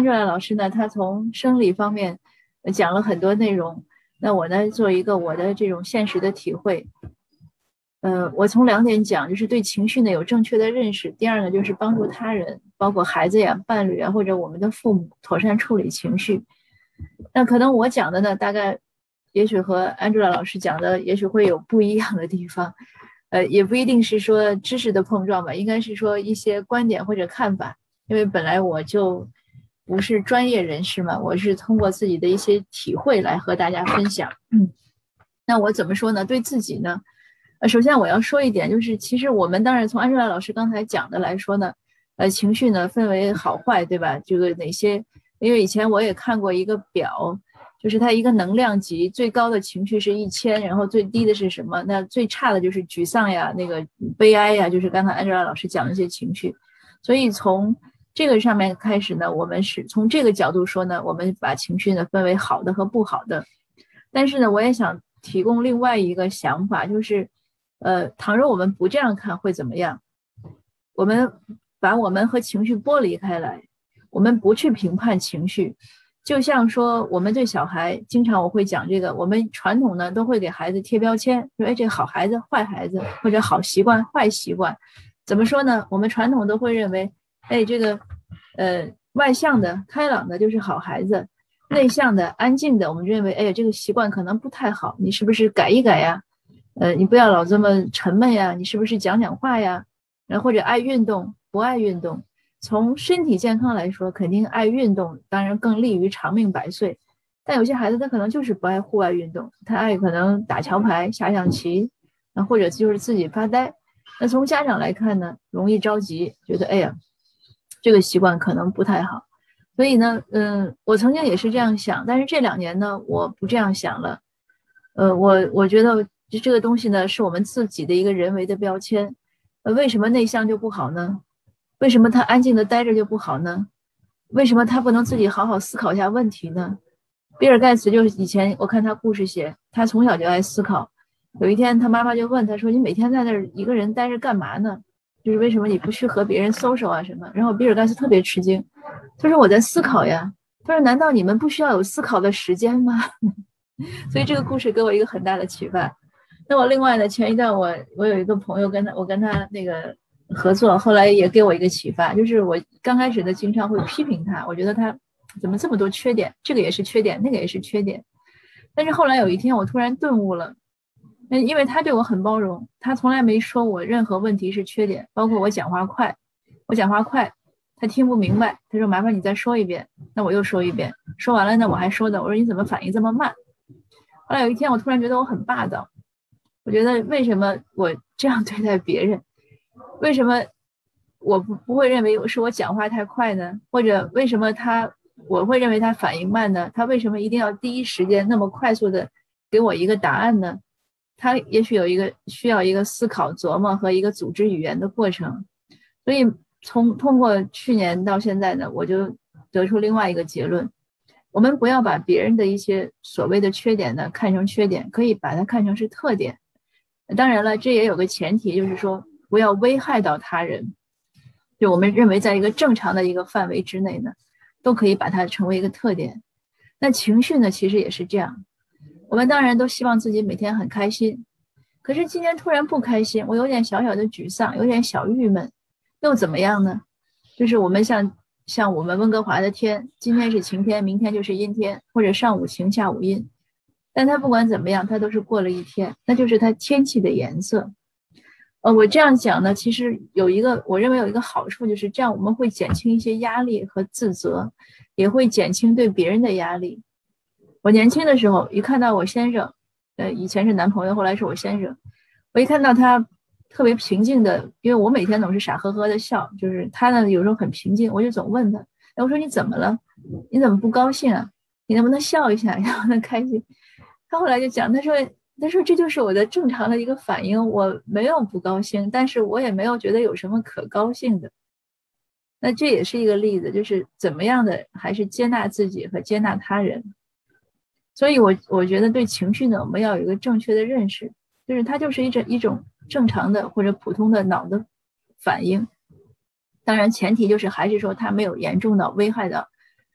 Angela 老师呢，他从生理方面讲了很多内容。那我呢，做一个我的这种现实的体会。我从2点讲，就是对情绪呢有正确的认识。第二呢，就是帮助他人，包括孩子呀、伴侣啊，或者我们的父母，妥善处理情绪。那可能我讲的呢，大概也许和 Angela 老师讲的也许会有不一样的地方。也不一定是说知识的碰撞吧，应该是说一些观点或者看法。因为本来我就不是专业人士嘛，我是通过自己的一些体会来和大家分享。那我怎么说呢？对自己呢，首先我要说一点，就是其实我们当然从Angela老师刚才讲的来说呢，情绪呢分为好坏，对吧？这个哪些？因为以前我也看过一个表，就是它一个能量级，最高的情绪是1000，然后最低的是什么？那最差的就是沮丧呀，那个悲哀呀，就是刚才Angela老师讲的一些情绪。所以从这个上面开始呢，我们是从这个角度说呢，我们把情绪呢分为好的和不好的。但是呢，我也想提供另外一个想法，就是倘若我们不这样看会怎么样？我们把我们和情绪剥离开来，我们不去评判情绪。就像说我们对小孩，经常我会讲这个，我们传统呢都会给孩子贴标签，说哎，这个好孩子坏孩子，或者好习惯坏习惯。怎么说呢？我们传统都会认为，哎，这个外向的开朗的就是好孩子，内向的安静的我们认为，哎呀，这个习惯可能不太好，你是不是改一改呀？你不要老这么沉闷呀，你是不是讲讲话呀？或者爱运动不爱运动。从身体健康来说，肯定爱运动，当然更利于长命百岁。但有些孩子他可能就是不爱户外运动，他爱可能打桥牌、下象棋，或者就是自己发呆。那从家长来看呢，容易着急，觉得哎呀，这个习惯可能不太好。所以呢，我曾经也是这样想，但是这2年呢，我不这样想了。我觉得这个东西呢，是我们自己的一个人为的标签。为什么内向就不好呢？为什么他安静的待着就不好呢？为什么他不能自己好好思考一下问题呢？比尔盖茨就是以前我看他故事写，他从小就爱思考。有一天他妈妈就问他说，你每天在那儿一个人待着干嘛呢？就是为什么你不去和别人social啊什么？然后比尔盖茨特别吃惊，他说我在思考呀。他说难道你们不需要有思考的时间吗？所以这个故事给我一个很大的启发。那我另外呢，前一段我有一个朋友我跟他那个合作，后来也给我一个启发，就是我刚开始的经常会批评他，我觉得他怎么这么多缺点，这个也是缺点，那个也是缺点。但是后来有一天我突然顿悟了，因为他对我很包容，他从来没说我任何问题是缺点，包括我讲话快，他听不明白，他说麻烦你再说一遍，那我又说一遍，说完了呢我还说的，我说你怎么反应这么慢？后来有一天我突然觉得我很霸道，我觉得为什么我这样对待别人？为什么我不会认为是我讲话太快呢？或者为什么我会认为他反应慢呢？他为什么一定要第一时间那么快速的给我一个答案呢？他也许需要一个思考琢磨和一个组织语言的过程。所以通过去年到现在呢，我就得出另外一个结论，我们不要把别人的一些所谓的缺点呢看成缺点，可以把它看成是特点。当然了，这也有个前提，就是说不要危害到他人。就我们认为在一个正常的一个范围之内呢，都可以把它成为一个特点。那情绪呢，其实也是这样。我们当然都希望自己每天很开心，可是今天突然不开心，我有点小小的沮丧，有点小郁闷，又怎么样呢？就是我们像我们温哥华的天，今天是晴天，明天就是阴天，或者上午晴下午阴，但它不管怎么样，它都是过了一天，那就是它天气的颜色。我这样讲呢，其实我认为有一个好处，就是这样我们会减轻一些压力和自责，也会减轻对别人的压力。我年轻的时候一看到我先生，以前是男朋友，后来是我先生，我一看到他特别平静的，因为我每天总是傻呵呵的笑，就是他呢有时候很平静，我就总问他，我说你怎么了？你怎么不高兴啊？你能不能笑一下，然后他开心？他后来就讲，他说这就是我的正常的一个反应，我没有不高兴，但是我也没有觉得有什么可高兴的。那这也是一个例子，就是怎么样的还是接纳自己和接纳他人。所以我觉得对情绪呢，我们要有一个正确的认识，就是它就是一种正常的或者普通的脑的反应。当然前提就是还是说它没有严重的危害到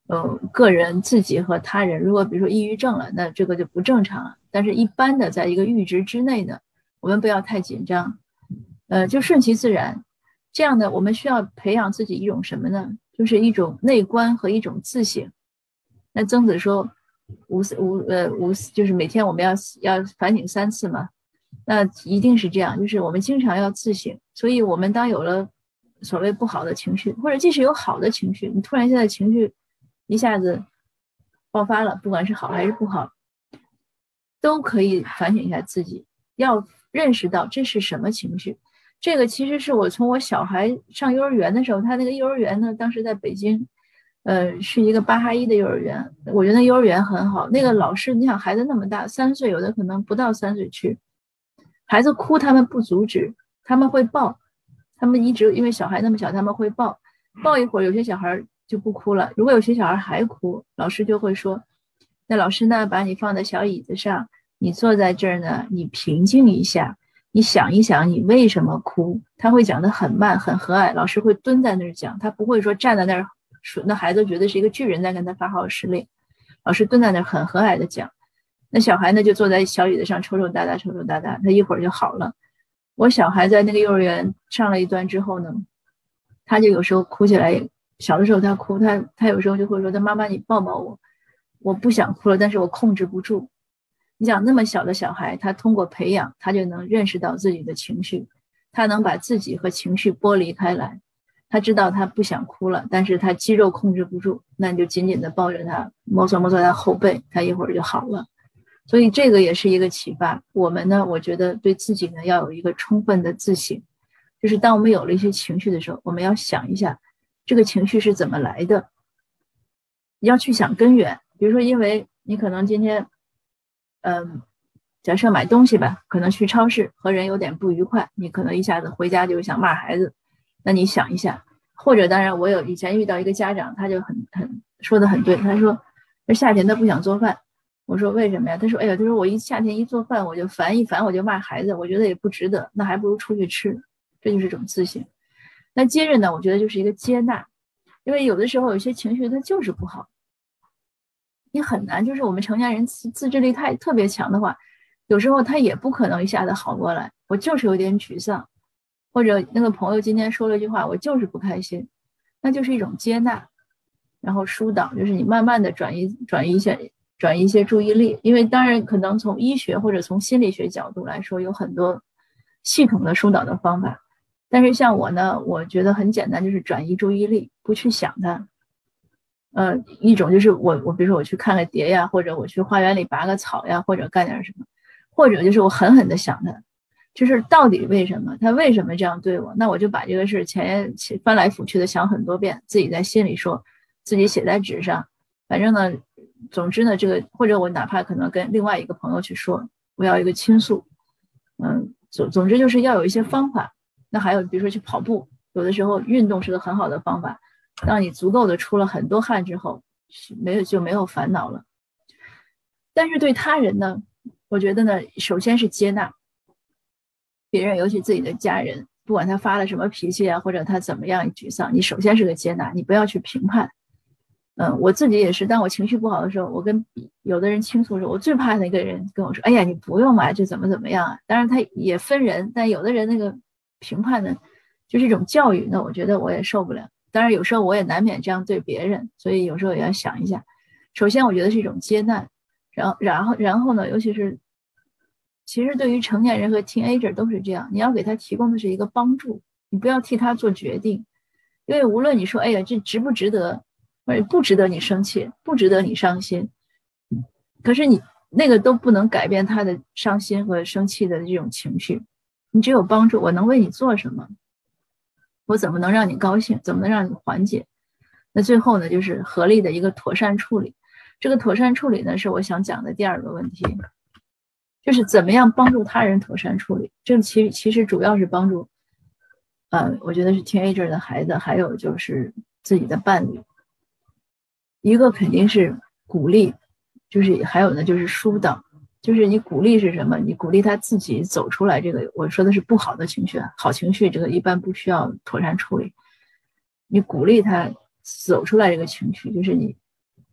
个人自己和他人，如果比如说抑郁症了，那这个就不正常了。但是一般的在一个阈值之内的，我们不要太紧张，就顺其自然。这样的我们需要培养自己一种什么呢？就是一种内观和一种自省。那曾子说就是每天我们要反省3次嘛，那一定是这样，就是我们经常要自省。所以我们当有了所谓不好的情绪，或者即使有好的情绪，你突然现在情绪一下子爆发了，不管是好还是不好，都可以反省一下自己，要认识到这是什么情绪。这个其实是我从我小孩上幼儿园的时候，他那个幼儿园呢，当时在北京，是一个巴哈伊的幼儿园，我觉得幼儿园很好。那个老师，你想孩子那么大，3岁，有的可能不到3岁去，孩子哭他们不阻止，他们会抱，他们一直因为小孩那么小，他们会抱一会儿，有些小孩就不哭了。如果有些小孩还哭，老师就会说，那老师呢，把你放在小椅子上，你坐在这儿呢，你平静一下，你想一想你为什么哭。他会讲得很慢很和蔼，老师会蹲在那儿讲，他不会说站在那儿，那孩子觉得是一个巨人在跟他发号施令。老师蹲在那儿很和蔼的讲，那小孩呢就坐在小椅子上抽抽搭搭抽抽搭搭，他一会儿就好了。我小孩在那个幼儿园上了一段之后呢，他就有时候哭起来，小的时候他哭，他有时候就会说，他妈妈你抱抱我，我不想哭了，但是我控制不住。你想那么小的小孩，他通过培养，他就能认识到自己的情绪，他能把自己和情绪剥离开来，他知道他不想哭了，但是他肌肉控制不住，那你就紧紧的抱着他，摸索摸索他后背，他一会儿就好了。所以这个也是一个启发。我们呢，我觉得对自己呢要有一个充分的自省，就是当我们有了一些情绪的时候，我们要想一下这个情绪是怎么来的，你要去想根源。比如说因为你可能今天假设买东西吧，可能去超市和人有点不愉快，你可能一下子回家就想骂孩子，那你想一下。或者当然我有以前遇到一个家长，他就很说得很对，他说夏天他不想做饭，我说为什么呀？他说哎呀，他说我夏天一做饭我就烦我就骂孩子，我觉得也不值得，那还不如出去吃。这就是一种自省。那接着呢，我觉得就是一个接纳，因为有的时候有些情绪它就是不好，你很难，就是我们成年人自制力特别强的话，有时候他也不可能一下子好过来。我就是有点沮丧，或者那个朋友今天说了一句话，我就是不开心，那就是一种接纳，然后疏导，就是你慢慢的转移一些注意力。因为当然可能从医学或者从心理学角度来说，有很多系统的疏导的方法，但是像我呢，我觉得很简单，就是转移注意力，不去想它。一种就是我比如说我去看个蝶呀，或者我去花园里拔个草呀，或者干点什么，或者就是我狠狠的想它，就是到底为什么他为什么这样对我，那我就把这个事翻来覆去的想很多遍，自己在心里说，自己写在纸上，反正呢总之呢这个，或者我哪怕可能跟另外一个朋友去说，我要一个倾诉。总之就是要有一些方法。那还有比如说去跑步，有的时候运动是个很好的方法，当你足够的出了很多汗之后，就没有烦恼了。但是对他人呢，我觉得呢，首先是接纳别人，尤其自己的家人，不管他发了什么脾气啊，或者他怎么样沮丧，你首先是个接纳，你不要去评判。我自己也是，当我情绪不好的时候，我跟有的人倾诉的时候，我最怕那个人跟我说，哎呀你不用嘛，就怎么样啊。当然他也分人，但有的人那个评判呢就是一种教育，那我觉得我也受不了。当然有时候我也难免这样对别人，所以有时候也要想一下。首先我觉得是一种接纳，然后呢，尤其是其实对于成年人和 teenager 都是这样，你要给他提供的是一个帮助，你不要替他做决定。因为无论你说哎呀这值不值得，或者不值得你生气，不值得你伤心，可是你那个都不能改变他的伤心和生气的这种情绪。你只有帮助，我能为你做什么，我怎么能让你高兴，怎么能让你缓解。那最后呢，就是合力的一个妥善处理。这个妥善处理呢，是我想讲的第二个问题，就是怎么样帮助他人妥善处理。这其实主要是帮助我觉得是 teenager 的孩子，还有就是自己的伴侣。一个肯定是鼓励，就是还有呢就是疏导。就是你鼓励是什么？你鼓励他自己走出来，这个我说的是不好的情绪，好情绪这个一般不需要妥善处理。你鼓励他走出来这个情绪，就是你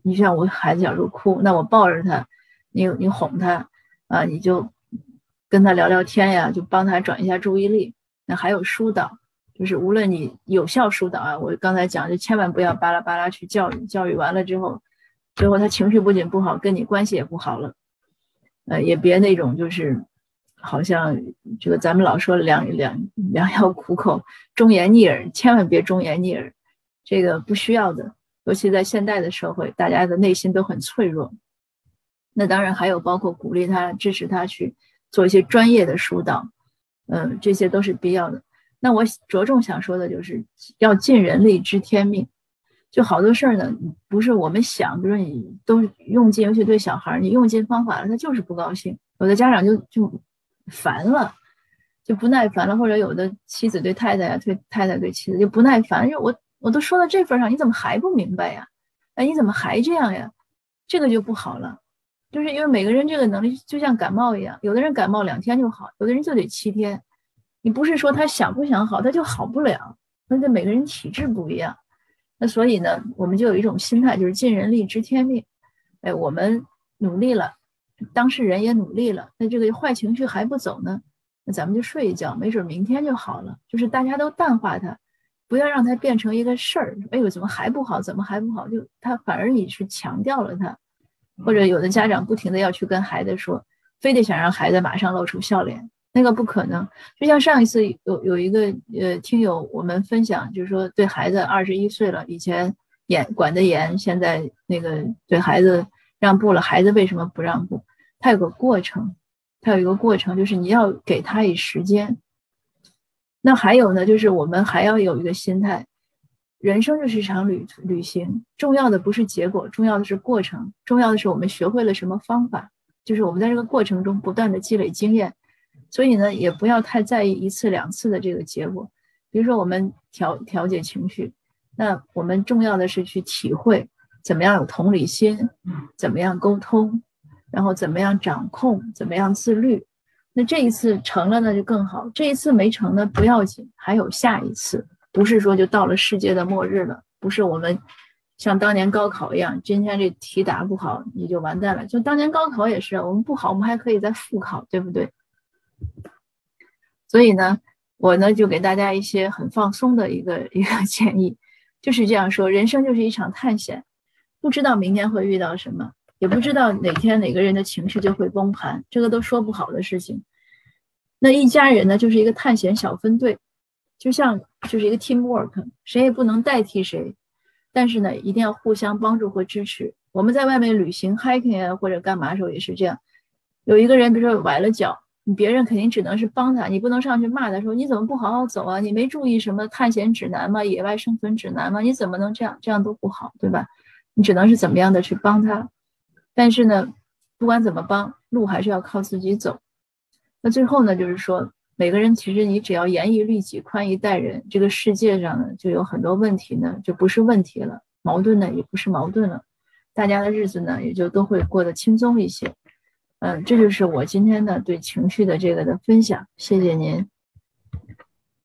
你像我孩子假如哭，那我抱着他，你哄他啊，你就跟他聊聊天呀，就帮他转移一下注意力。那还有疏导，就是无论你有效疏导啊，我刚才讲就千万不要巴拉巴拉去教育，教育完了之后，最后他情绪不仅不好，跟你关系也不好了。也别那种就是好像这个咱们老说良药苦口，忠言逆耳，千万别忠言逆耳，这个不需要的。尤其在现代的社会，大家的内心都很脆弱。那当然还有包括鼓励他、支持他去做一些专业的疏导，这些都是必要的。那我着重想说的就是要尽人力知天命。就好多事儿呢，不是我们想，比如说你都用尽，尤其对小孩，你用尽方法了，他就是不高兴。有的家长就烦了，就不耐烦了，或者有的妻子对太太呀，太太对妻子就不耐烦，我都说到这份上，你怎么还不明白呀？哎，你怎么还这样呀？这个就不好了。就是因为每个人这个能力就像感冒一样，有的人感冒2天就好，有的人就得7天。你不是说他想不想好，他就好不了。那这每个人体质不一样。那所以呢，我们就有一种心态，就是尽人力知天命。哎，我们努力了，当事人也努力了，那这个坏情绪还不走呢，那咱们就睡一觉，没准明天就好了。就是大家都淡化它，不要让它变成一个事儿。哎呦，怎么还不好？怎么还不好？就他反而你是强调了它。或者有的家长不停的要去跟孩子说，非得想让孩子马上露出笑脸。那个不可能。就像上一次有一个听友我们分享，就是说对孩子21岁了，以前管得严，现在那个对孩子让步了，孩子为什么不让步？他有个过程，就是你要给他以时间。那还有呢，就是我们还要有一个心态，人生就是一场旅行，重要的不是结果，重要的是过程，重要的是我们学会了什么方法，就是我们在这个过程中不断的积累经验。所以呢，也不要太在意1次2次的这个结果。比如说我们调节情绪，那我们重要的是去体会怎么样有同理心，怎么样沟通，然后怎么样掌控，怎么样自律。那这一次成了呢就更好，这一次没成呢不要紧，还有下一次。不是说就到了世界的末日了，不是我们像当年高考一样，今天这题答不好你就完蛋了。就当年高考也是，我们不好我们还可以再复考，对不对？所以呢，我呢就给大家一些很放松的一个建议，就是这样说，人生就是一场探险，不知道明天会遇到什么，也不知道哪天哪个人的情绪就会崩盘，这个都说不好的事情。那一家人呢就是一个探险小分队，就是一个 teamwork， 谁也不能代替谁，但是呢一定要互相帮助和支持。我们在外面旅行 hiking 啊或者干嘛的时候也是这样，有一个人比如说崴了脚，别人肯定只能是帮他，你不能上去骂他说你怎么不好好走啊，你没注意什么探险指南吗？野外生存指南吗？你怎么能这样？这样都不好，对吧？你只能是怎么样的去帮他。但是呢不管怎么帮，路还是要靠自己走。那最后呢就是说，每个人其实你只要严以律己，宽以待人，这个世界上呢就有很多问题呢就不是问题了，矛盾呢也不是矛盾了，大家的日子呢也就都会过得轻松一些。这就是我今天呢对情绪的这个的分享，谢谢您。